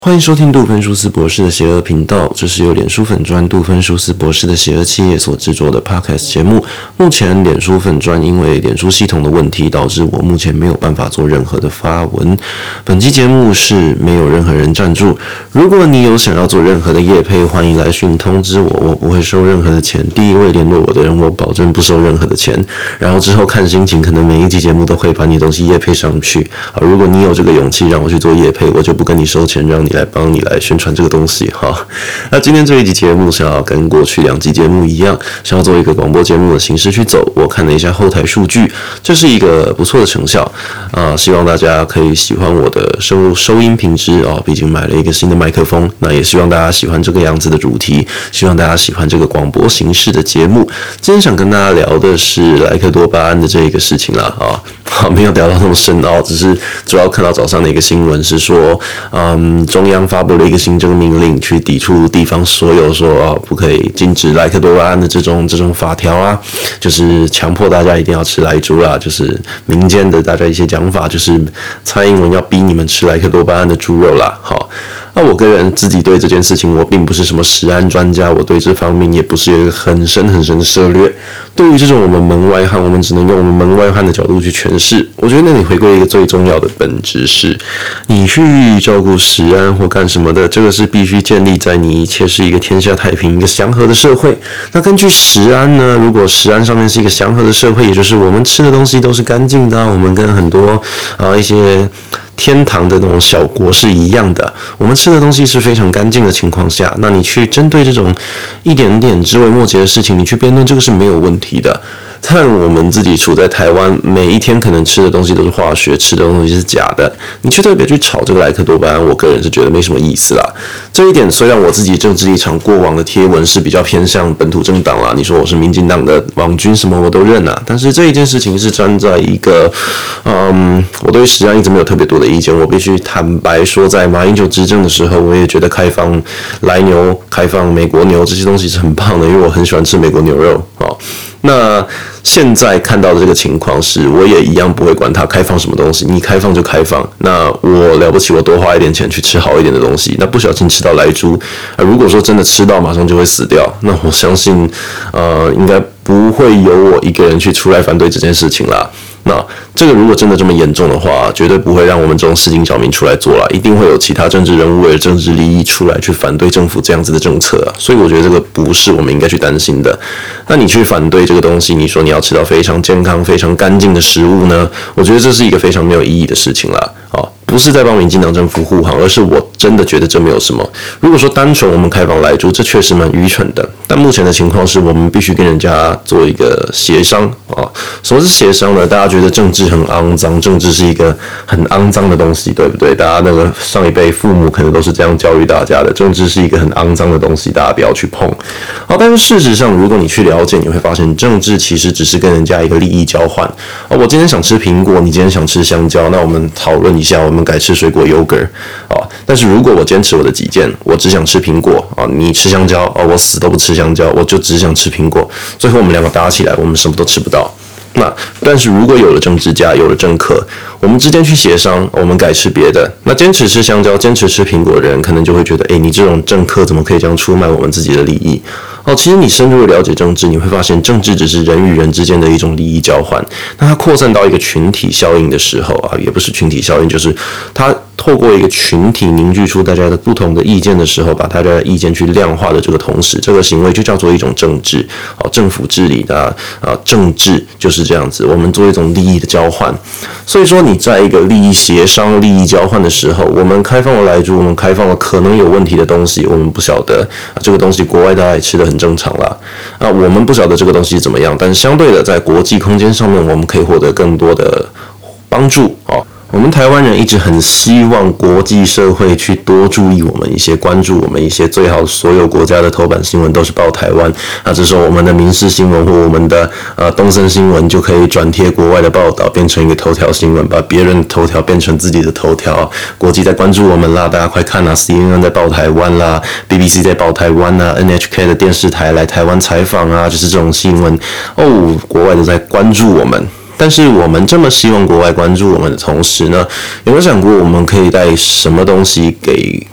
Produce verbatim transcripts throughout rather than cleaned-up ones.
欢迎收听杜芬舒斯博士的邪恶频道，这是由脸书粉专杜芬舒斯博士的邪恶企业所制作的 Podcast 节目。目前脸书粉专因为脸书系统的问题，导致我目前没有办法做任何的发文。本期节目是没有任何人赞助，如果你有想要做任何的业配，欢迎来讯通知我，我不会收任何的钱。第一位联络我的人，我保证不收任何的钱。然后之后看心情，可能每一集节目都会把你的东西业配上去。好，如果你有这个勇气让我去做业配，我就不跟你收钱，让你来帮你来宣传这个东西哈。那今天这一集节目想要跟过去两集节目一样，想要做一个广播节目的形式去走。我看了一下后台数据，这是一个不错的成效啊、呃！希望大家可以喜欢我的收收音品质哦。毕竟买了一个新的麦克风，那也希望大家喜欢这个样子的主题，希望大家喜欢这个广播形式的节目。今天想跟大家聊的是莱克多巴胺的这个事情啦啊。好，没有聊到那么深奥，只是主要看到早上的一个新闻是说，嗯，中央发布了一个行政命令，去抵触地方所有说哦不可以禁止莱克多巴胺的这种这种法条啊，就是强迫大家一定要吃莱猪啦，就是民间的大家一些讲法，就是蔡英文要逼你们吃莱克多巴胺的猪肉啦。好，那我个人自己对这件事情，我并不是什么食安专家，我对这方面也不是有一个很深很深的涉略。对于这种我们门外汉，我们只能用我们门外汉的角度去诠释。我觉得那你回归一个最重要的本质是，你去照顾食安或干什么的，这个是必须建立在你一切是一个天下太平、一个祥和的社会。那根据食安呢，如果食安上面是一个祥和的社会，也就是我们吃的东西都是干净的、啊，我们跟很多啊一些天堂的那种小国是一样的，我们吃的东西是非常干净的情况下，那你去针对这种一点点枝微末节的事情，你去辩论这个是没有问题的。但我们自己处在台湾，每一天可能吃的东西都是化学，吃的东西是假的，你去特别去炒这个莱克多巴胺，我个人是觉得没什么意思啦。这一点虽然我自己政治立场过往的贴文是比较偏向本土政党啦，你说我是民进党的网军什么我都认啊，但是这一件事情是站在一个，嗯，我对食安一直没有特别多的意见，我必须坦白说，在马英九执政的时候，我也觉得开放莱牛、开放美国牛这些东西是很棒的，因为我很喜欢吃美国牛肉啊。那现在看到的这个情况是，我也一样不会管它开放什么东西，你开放就开放。那我了不起，我多花一点钱去吃好一点的东西，那不小心吃到莱猪，啊，如果说真的吃到马上就会死掉，那我相信，呃，应该不会由我一个人去出来反对这件事情啦。那这个如果真的这么严重的话，绝对不会让我们这种市井小民出来做啦，一定会有其他政治人物为了政治利益出来去反对政府这样子的政策啊。所以我觉得这个不是我们应该去担心的。那你去反对这个东西，你说你要吃到非常健康、非常干净的食物呢？我觉得这是一个非常没有意义的事情啦。啊，不是在帮民进党政府护航，而是我真的觉得这没有什么。如果说单纯我们开放莱猪，这确实蛮愚蠢的。但目前的情况是我们必须跟人家做一个协商啊。什么是协商呢？大家觉得政治很肮脏，政治是一个很肮脏的东西，对不对？大家那个上一辈父母可能都是这样教育大家的，政治是一个很肮脏的东西，大家不要去碰。好，但是事实上，如果你去了解，你会发现政治其实只是跟人家一个利益交换。哦，我今天想吃苹果，你今天想吃香蕉，那我们讨论一下，我们改吃水果 yogurt 啊。但是如果我坚持我的己见，我只想吃苹果啊，你吃香蕉啊，我死都不吃香蕉，我就只想吃苹果，最后我们两个打起来，我们什么都吃不到。那但是如果有了政治家，有了政客，我们之间去协商，我们改吃别的。那坚持吃香蕉、坚持吃苹果的人，可能就会觉得，哎，你这种政客怎么可以这样出卖我们自己的利益？哦，其实你深入了解政治，你会发现政治只是人与人之间的一种利益交换。那它扩散到一个群体效应的时候啊，也不是群体效应，就是它透过一个群体凝聚出大家的不同的意见的时候，把大家的意见去量化的这个同时，这个行为就叫做一种政治。哦，政府治理的啊，啊政治就是这样子，我们做一种利益的交换。所以说，你在一个利益协商、利益交换的时候，我们开放了莱猪，我们开放了可能有问题的东西，我们不晓得、啊、这个东西国外大家也吃得很正常啦。啊，我们不晓得这个东西怎么样，但是相对的，在国际空间上面，我们可以获得更多的帮助哦。我们台湾人一直很希望国际社会去多注意我们一些，关注我们一些，最好所有国家的头版新闻都是报台湾啊，这时候我们的民视新闻或我们的呃东森新闻就可以转贴国外的报道，变成一个头条新闻，把别人的头条变成自己的头条。国际在关注我们啦，大家快看啊 ，C N N 在报台湾啦 ，B B C 在报台湾啦 ，N H K 的电视台来台湾采访啊，就是这种新闻哦，国外都在关注我们。但是我们这么希望国外关注我们的同时呢，有没有想过我们可以带什么东西给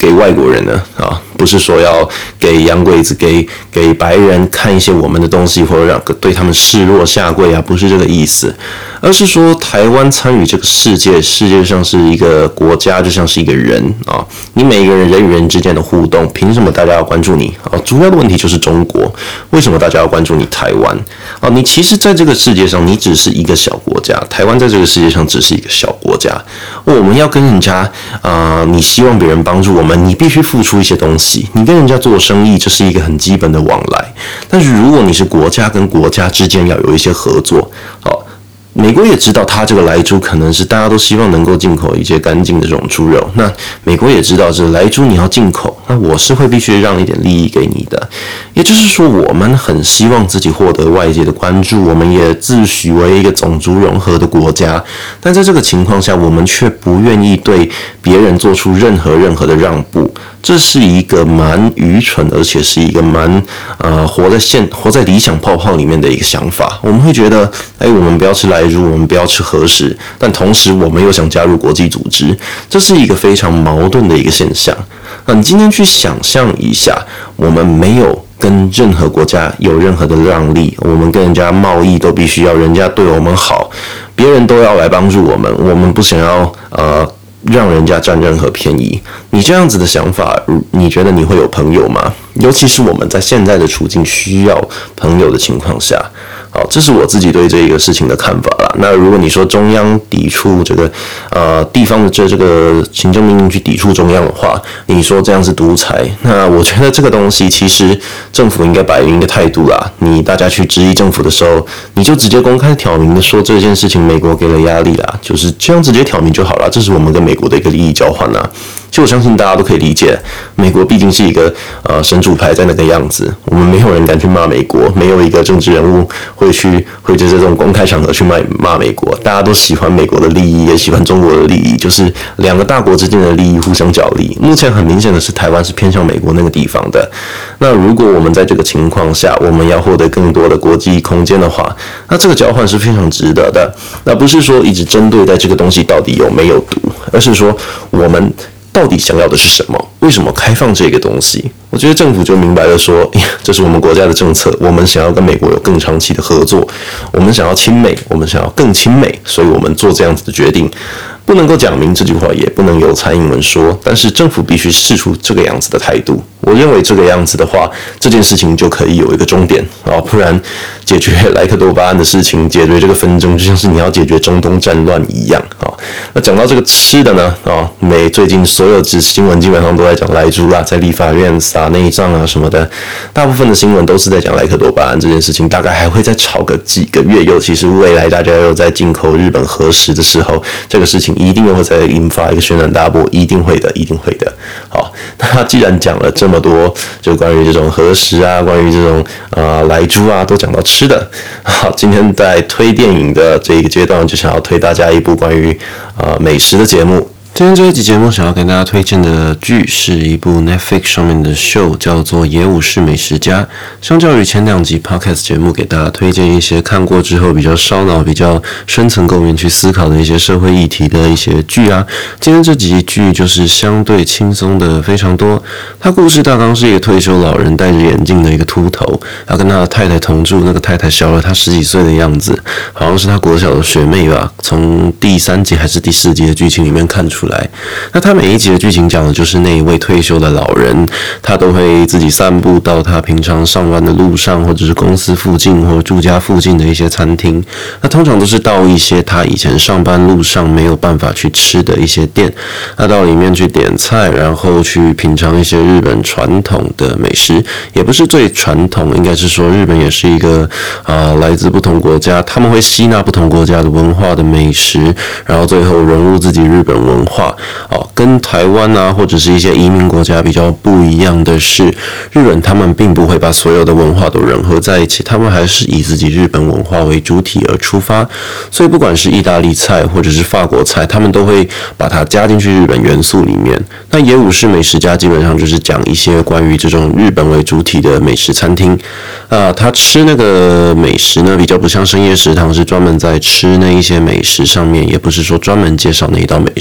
给外国人呢啊，不是说要给洋鬼子、给给白人看一些我们的东西，或者让对他们示弱下跪啊，不是这个意思，而是说台湾参与这个世界，世界上是一个国家，就像是一个人啊，你每一个人人与人之间的互动，凭什么大家要关注你啊？主要的问题就是中国，为什么大家要关注你台湾啊？你其实在这个世界上，你只是一个小国家，台湾在这个世界上只是一个小国家，我们要跟人家啊、呃，你希望别人帮助我们，你必须付出一些东西，你跟人家做生意，这是一个很基本的往来。但是如果你是国家跟国家之间要有一些合作，好。美国也知道，它这个莱猪可能是大家都希望能够进口一些干净的这种猪肉。那美国也知道，这莱猪你要进口，那我是会必须让一点利益给你的。也就是说，我们很希望自己获得外界的关注，我们也自诩为一个种族融合的国家。但在这个情况下，我们却不愿意对别人做出任何任何的让步。这是一个蛮愚蠢，而且是一个蛮呃活在现活在理想泡泡里面的一个想法。我们会觉得，哎，我们不要吃莱猪，我们不要吃核食，但同时我们又想加入国际组织，这是一个非常矛盾的一个现象。那你今天去想象一下，我们没有跟任何国家有任何的让利，我们跟人家贸易都必须要人家对我们好，别人都要来帮助我们，我们不想要呃。让人家占任何便宜，你这样子的想法，你觉得你会有朋友吗？尤其是我们在现在的处境需要朋友的情况下，好，这是我自己对这个事情的看法啦。那如果你说中央抵触这个呃地方的这这个行政命令去抵触中央的话，你说这样是独裁，那我觉得这个东西其实政府应该摆明一个态度啦。你大家去质疑政府的时候，你就直接公开挑明的说这件事情美国给了压力啦，就是这样直接挑明就好了。这是我们跟美国的一个利益交换啦。其实我相信大家都可以理解，美国毕竟是一个呃神主牌在那个样子，我们没有人敢去骂美国，没有一个政治人物会去会在这种公开场合去骂骂美国。大家都喜欢美国的利益，也喜欢中国的利益，就是两个大国之间的利益互相角力。目前很明显的是，台湾是偏向美国那个地方的。那如果我们在这个情况下，我们要获得更多的国际空间的话，那这个交换是非常值得的。那不是说一直针对在这个东西到底有没有毒，而是说我们到底想要的是什么？为什么开放这个东西？我觉得政府就明白了说，这是我们国家的政策，我们想要跟美国有更长期的合作，我们想要亲美，我们想要更亲美，所以我们做这样子的决定。不能够讲明这句话，也不能由蔡英文说，但是政府必须释出这个样子的态度。我认为这个样子的话，这件事情就可以有一个终点啊，不然解决莱克多巴胺的事情，解决这个纷争，就像是你要解决中东战乱一样啊。那讲到这个吃的呢啊，美最近所有的新闻基本上都在讲莱猪啦，在立法院撒内脏啊什么的，大部分的新闻都是在讲莱克多巴胺这件事情，大概还会再吵个几个月。尤其是未来大家又在进口日本核食的时候，这个事情一定又会再引发一个轩然大波，一定会的，一定会的。好，那既然讲了这么多，就关于这种核食啊，关于这种呃莱猪啊，都讲到吃的。好，今天在推电影的这个阶段，就想要推大家一部关于呃美食的节目。今天这一集节目想要给大家推荐的剧是一部 Netflix 上面的秀，叫做《野武士美食家》。相较于前两集 Podcast 节目，给大家推荐一些看过之后比较烧脑、比较深层构面去思考的一些社会议题的一些剧啊。今天这集剧就是相对轻松的非常多。他故事大纲是一个退休老人戴着眼镜的一个秃头，他跟他的太太同住，那个太太小了他十几岁的样子，好像是他国小的学妹吧。从第三集还是第四集的剧情里面看出来。那他每一集的剧情讲的就是那一位退休的老人，他都会自己散步到他平常上班的路上，或者是公司附近或者住家附近的一些餐厅。那通常都是到一些他以前上班路上没有办法去吃的一些店，那到里面去点菜，然后去品尝一些日本传统的美食，也不是最传统，应该是说日本也是一个啊、呃、来自不同国家，他们会吸纳不同国家的文化的美食，然后最后融入自己日本文化。哦，跟台湾啊或者是一些移民国家比较不一样的是，日本他们并不会把所有的文化都融合在一起，他们还是以自己日本文化为主体而出发，所以不管是意大利菜或者是法国菜，他们都会把它加进去日本元素里面。那野武士美食家基本上就是讲一些关于这种日本为主体的美食餐厅啊，他吃那个美食呢比较不像深夜食堂是专门在吃那一些美食上面，也不是说专门介绍那一道美食，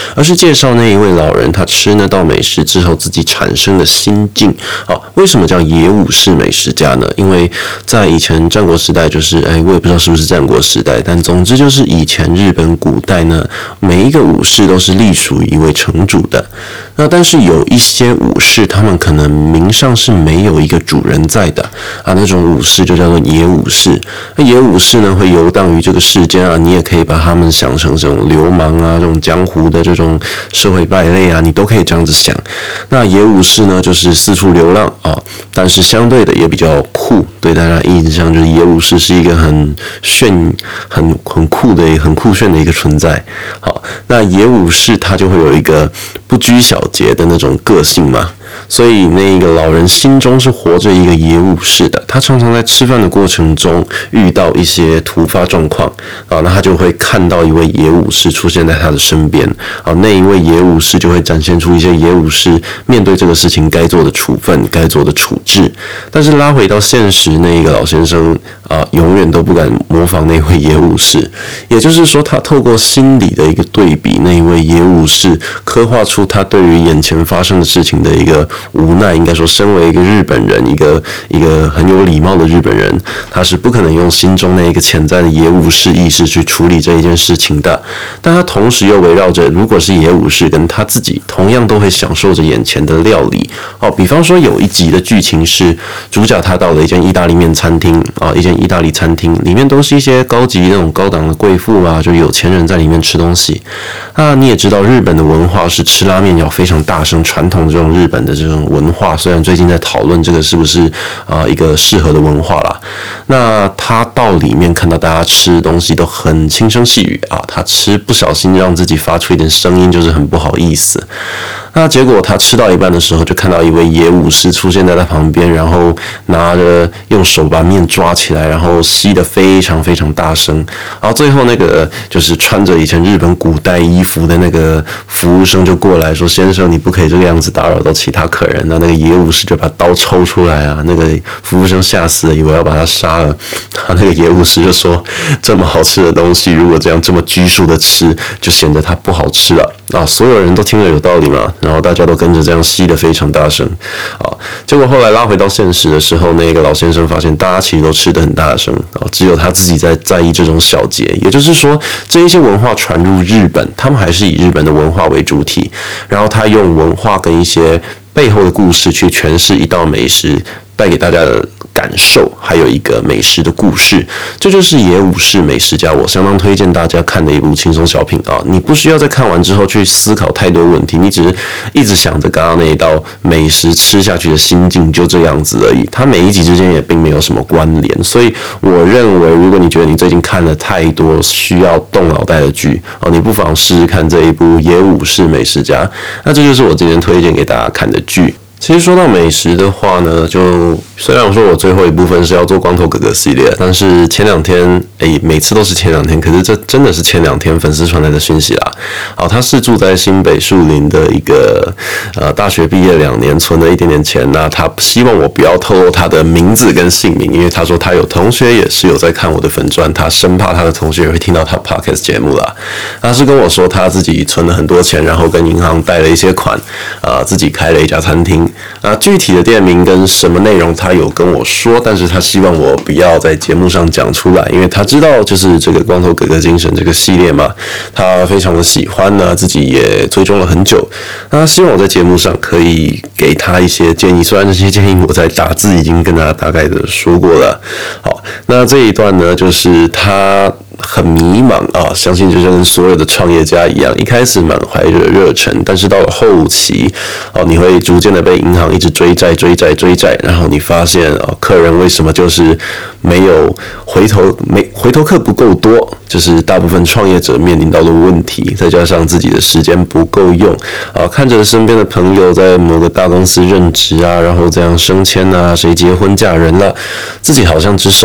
而是介绍那一位老人他吃那道美食之后自己产生的心境。好，为什么叫野武士美食家呢？因为在以前战国时代，就是哎，我也不知道是不是战国时代，但总之就是以前日本古代呢，每一个武士都是隶属于一位城主的。那但是有一些武士，他们可能名上是没有一个主人在的啊，那种武士就叫做野武士。那野武士呢，会游荡于这个世间啊，你也可以把他们想成这种流氓啊，这种江湖的这种社会败类啊，你都可以这样子想。那野武士呢，就是四处流浪啊，但是相对的也比较酷，对大家印象就是野武士是一个很炫、很很酷的、很酷炫的一个存在。好，那野武士他就会有一个不拘小节的那种个性嘛。所以那个老人心中是活着一个野武士的，他常常在吃饭的过程中遇到一些突发状况啊，那他就会看到一位野武士出现在他的身边啊，那一位野武士就会展现出一些野武士面对这个事情该做的处分、该做的处置。但是拉回到现实，那一个老先生啊，永远都不敢模仿那位野武士，也就是说，他透过心理的一个对比，那一位野武士刻画出他对于眼前发生的事情的一个无奈。应该说，身为一个日本人，一个一个很有礼貌的日本人，他是不可能用心中那一个潜在的野武士意识去处理这一件事情的。但他同时又围绕着，如果是野武士跟他自己同样都会享受着眼前的料理哦。比方说有一集的剧情是主角他到了一间意大利面餐厅啊，一间意大利餐厅里面都是一些高级那种高档的贵妇啊，就有钱人在里面吃东西。那你也知道，日本的文化是吃拉面要非常大声，传统这种日本的这种文化，虽然最近在讨论这个是不是啊、呃、一个适合的文化啦。那他到里面看到大家吃东西都很轻声细语啊，他吃不小心让自己发出一点声音，就是很不好意思。那结果他吃到一半的时候，就看到一位野武士出现在他旁边，然后拿着用手把面抓起来，然后吸得非常非常大声。然后最后那个就是穿着以前日本古代衣服的那个服务生就过来说：“先生，你不可以这个样子打扰到其他客人。”那那个野武士就把刀抽出来啊，那个服务生吓死了，以为要把他杀了。他那个野武士就说：“这么好吃的东西，如果这样这么拘束的吃，就显得它不好吃了。”啊，所有人都听了有道理嘛，然后大家都跟着这样吸得非常大声。啊，结果后来拉回到现实的时候，那个老先生发现大家其实都吃得很大声，啊，只有他自己在在意这种小节。也就是说，这一些文化传入日本，他们还是以日本的文化为主体，然后他用文化跟一些背后的故事去诠释一道美食带给大家的感受，还有一个美食的故事。这就是野武士美食家，我相当推荐大家看的一部轻松小品啊！你不需要在看完之后去思考太多问题，你只是一直想着刚刚那一道美食吃下去的心境，就这样子而已。它每一集之间也并没有什么关联，所以我认为，如果你觉得你最近看了太多需要动脑袋的剧哦，你不妨试试看这一部野武士美食家。那这就是我今天推荐给大家看的剧。其实说到美食的话呢，就虽然我说我最后一部分是要做光头哥哥系列，但是前两天诶，每次都是前两天，可是这真的是前两天粉丝传来的讯息啦。好，他是住在新北树林的一个呃大学毕业两年，存了一点点钱，那他希望我不要透露他的名字跟姓名，因为他说他有同学也是有在看我的粉专，他生怕他的同学也会听到他 podcast 节目啦。他是跟我说他自己存了很多钱，然后跟银行贷了一些款，呃，自己开了一家餐厅。啊，具体的店名跟什么内容他有跟我说，但是他希望我不要在节目上讲出来，因为他知道就是这个光头哥哥精神这个系列嘛，他非常的喜欢呢，自己也追踪了很久。那他希望我在节目上可以给他一些建议，虽然这些建议我在打字已经跟他大概的说过了。好，那这一段呢，就是他很迷茫啊，相信就跟所有的创业家一样，一开始满怀着热忱，但是到了后期，哦，你会逐渐的被银行一直追债、追债、追债，然后你发现啊，客人为什么就是没有回头，没回头客不够多，就是大部分创业者面临到的问题，再加上自己的时间不够用啊，看着身边的朋友在某个大公司任职啊，然后这样升迁啊，谁结婚嫁人了，自己好像只守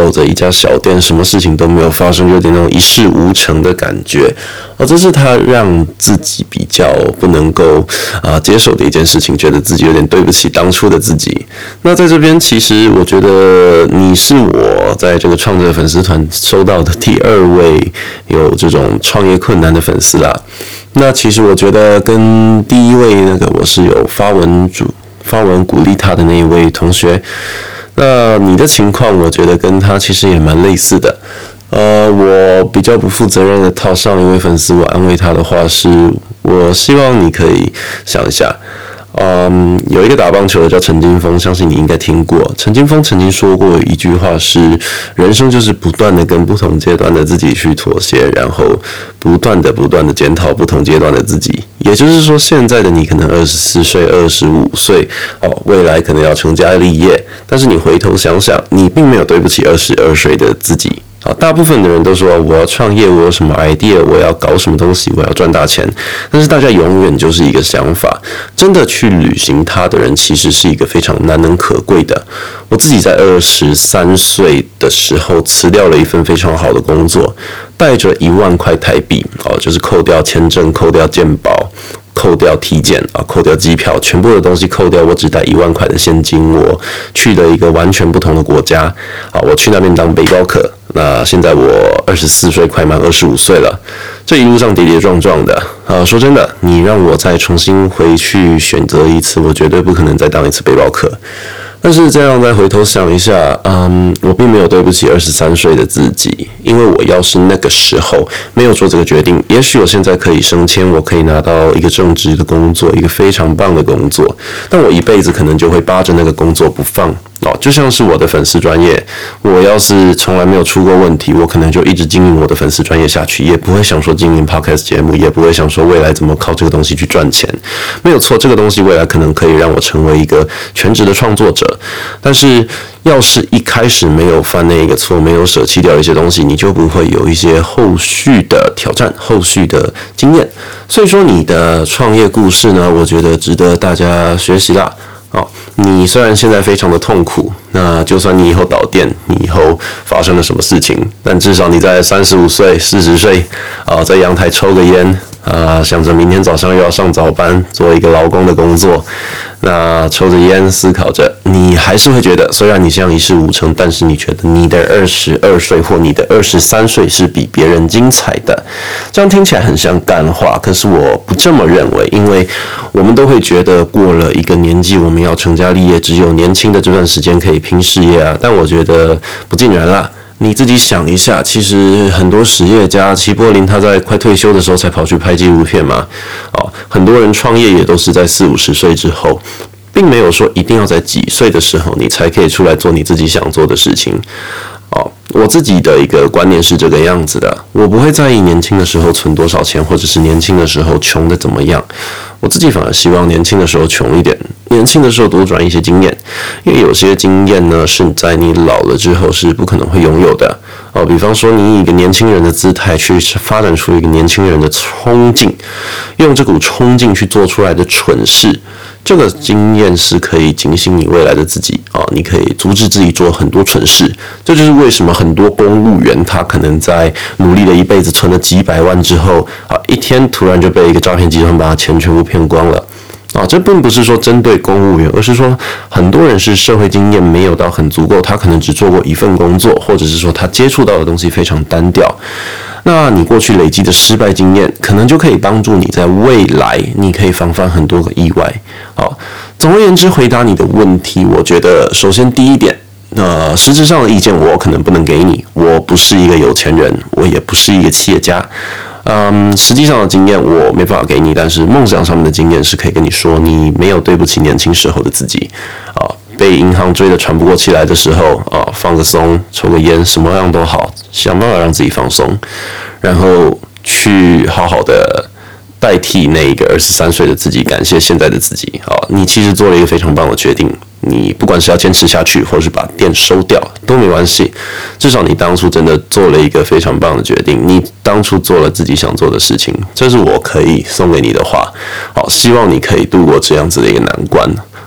守着一家小店，什么事情都没有发生，有点那种一事无成的感觉。哦，这是他让自己比较不能够啊、呃、接受的一件事情，觉得自己有点对不起当初的自己。那在这边，其实我觉得你是我在这个创者粉丝团收到的第二位有这种创业困难的粉丝啦。那其实我觉得跟第一位那个我是有发文主发文鼓励他的那一位同学，那你的情况我觉得跟他其实也蛮类似的。呃，我比较不负责任的套上一位粉丝，我安慰他的话是，我希望你可以想一下，嗯，有一个打棒球的叫陈金峰，相信你应该听过。陈金峰曾经说过一句话是，人生就是不断的跟不同阶段的自己去妥协，然后不断的不断的检讨不同阶段的自己。也就是说，现在的你可能二十四岁、二十五岁，哦，未来可能要成家立业，但是你回头想想，你并没有对不起二十二岁的自己。大部分的人都说我要创业，我有什么 idea， 我要搞什么东西，我要赚大钱。但是大家永远就是一个想法，真的去履行它的人，其实是一个非常难能可贵的。我自己在二十三岁的时候辞掉了一份非常好的工作，带着一万块台币，哦，就是扣掉签证、扣掉健保、扣掉体检啊，扣掉机票，全部的东西扣掉，我只带一万块的现金。我去了一个完全不同的国家啊，我去那边当背包客。那现在我二十四岁，快满二十五岁了，这一路上跌跌撞撞的啊。说真的，你让我再重新回去选择一次，我绝对不可能再当一次背包客。但是这样再回头想一下，嗯，我并没有对不起二十三岁的自己，因为我要是那个时候没有做这个决定，也许我现在可以升迁，我可以拿到一个正职的工作，一个非常棒的工作，但我一辈子可能就会扒着那个工作不放。哦，就像是我的粉丝专业，我要是从来没有出过问题，我可能就一直经营我的粉丝专业下去，也不会想说经营 podcast 节目，也不会想说未来怎么靠这个东西去赚钱。没有错，这个东西未来可能可以让我成为一个全职的创作者，但是要是一开始没有犯那一个错，没有舍弃掉一些东西，你就不会有一些后续的挑战，后续的经验。所以说你的创业故事呢，我觉得值得大家学习啦。哦，你虽然现在非常的痛苦，那就算你以后倒店，你以后发生了什么事情，但至少你在三十五岁、四十岁啊，在阳台抽个烟啊，想着明天早上又要上早班，做一个劳工的工作，那抽着烟思考着，你还是会觉得，虽然你像一事无成，但是你觉得你的二十二岁或你的二十三岁是比别人精彩的。这样听起来很像干话，可是我不这么认为，因为我们都会觉得过了一个年纪，我们要成家立业，只有年轻的这段时间可以拼事业啊。但我觉得不尽然啦。你自己想一下，其实很多实业家，齐柏林他在快退休的时候才跑去拍纪录片嘛。哦，很多人创业也都是在四五十岁之后，并没有说一定要在几岁的时候你才可以出来做你自己想做的事情。哦，我自己的一个观念是这个样子的，我不会在意年轻的时候存多少钱，或者是年轻的时候穷的怎么样。我自己反而希望年轻的时候穷一点，年轻的时候多赚一些经验，因为有些经验呢是在你老了之后是不可能会拥有的。哦，比方说你以一个年轻人的姿态去发展出一个年轻人的冲劲，用这股冲劲去做出来的蠢事，这个经验是可以警醒你未来的自己啊，你可以阻止自己做很多蠢事。这就是为什么很多公务员他可能在努力了一辈子存了几百万之后啊，一天突然就被一个诈骗集团把他钱全部骗光了。啊，这并不是说针对公务员，而是说很多人是社会经验没有到很足够，他可能只做过一份工作，或者是说他接触到的东西非常单调。那你过去累积的失败经验，可能就可以帮助你在未来，你可以防范很多个意外。好，总而言之，回答你的问题，我觉得首先第一点，呃，实质上的意见我可能不能给你，我不是一个有钱人，我也不是一个企业家。嗯，实际上的经验我没办法给你，但是梦想上面的经验是可以跟你说，你没有对不起年轻时候的自己啊。被银行追得喘不过气来的时候啊，放个松，抽个烟，什么样都好，想办法让自己放松，然后去好好的代替那一个二十三岁的自己，感谢现在的自己啊。你其实做了一个非常棒的决定，你不管是要坚持下去，或是把店收掉都没关系，至少你当初真的做了一个非常棒的决定，你当初做了自己想做的事情，这是我可以送给你的话。好，希望你可以度过这样子的一个难关。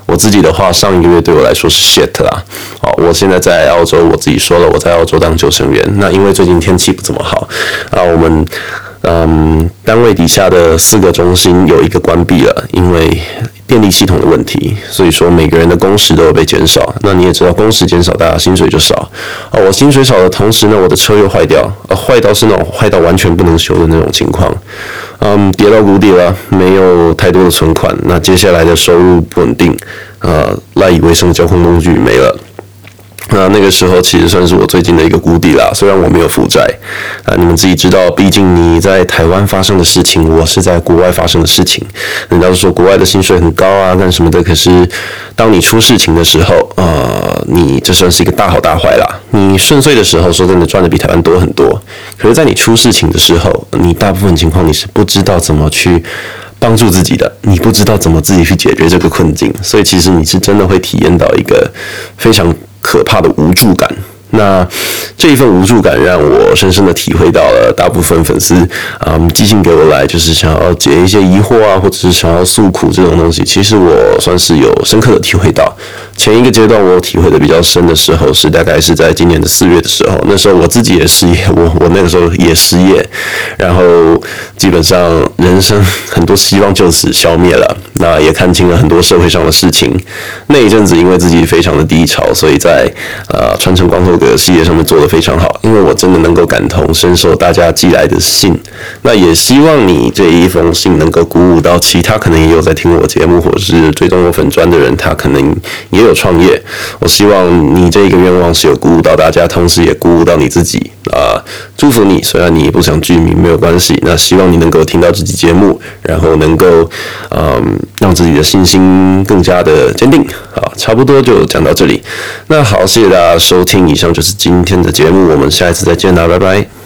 我自己的话，上一个月对我来说是 shit 啦。好，我现在在澳洲，我自己说了，我在澳洲当救生员。那因为最近天气不怎么好啊，我们嗯单位底下的四个中心有一个关闭了，因为电力系统的问题，所以说每个人的工时都有被减少。那你也知道，工时减少，大家薪水就少。哦，我薪水少的同时呢，我的车又坏掉，呃，坏到是那种坏到完全不能修的那种情况。嗯，跌到谷底了，没有太多的存款。那接下来的收入不稳定，呃，赖以为生的交通工具没了。那那个时候其实算是我最近的一个谷底啦，虽然我没有负债啊，你们自己知道，毕竟你在台湾发生的事情，我是在国外发生的事情。人家说国外的薪水很高啊，干什么的，可是当你出事情的时候，呃，你这算是一个大好大坏啦。你顺遂的时候，说真的赚的比台湾多很多，可是在你出事情的时候，你大部分情况你是不知道怎么去帮助自己的，你不知道怎么自己去解决这个困境，所以其实你是真的会体验到一个非常可怕的无助感。那这一份无助感让我深深的体会到了，大部分粉丝嗯寄信给我来，就是想要解一些疑惑啊，或者是想要诉苦这种东西，其实我算是有深刻的体会到。前一个阶段我体会的比较深的时候是大概是在今年的四月的时候，那时候我自己也失业，我我那个时候也失业，然后基本上人生很多希望就此消灭了。那也看清了很多社会上的事情。那一阵子因为自己非常的低潮，所以在呃传承光后阁系列上面做得非常好，因为我真的能够感同身受大家寄来的信。那也希望你这一封信能够鼓舞到其他可能也有在听我节目或者是追踪我粉专的人，他可能也有创业。我希望你这一个愿望是有鼓舞到大家，同时也鼓舞到你自己啊、呃！祝福你，虽然你不想具名没有关系，那希望你能够听到这期节目，然后能够嗯让自己的信心更加的坚定。好，差不多就讲到这里。那好，谢谢大家收听，以上就是今天的节目，我们下一次再见啦，拜拜。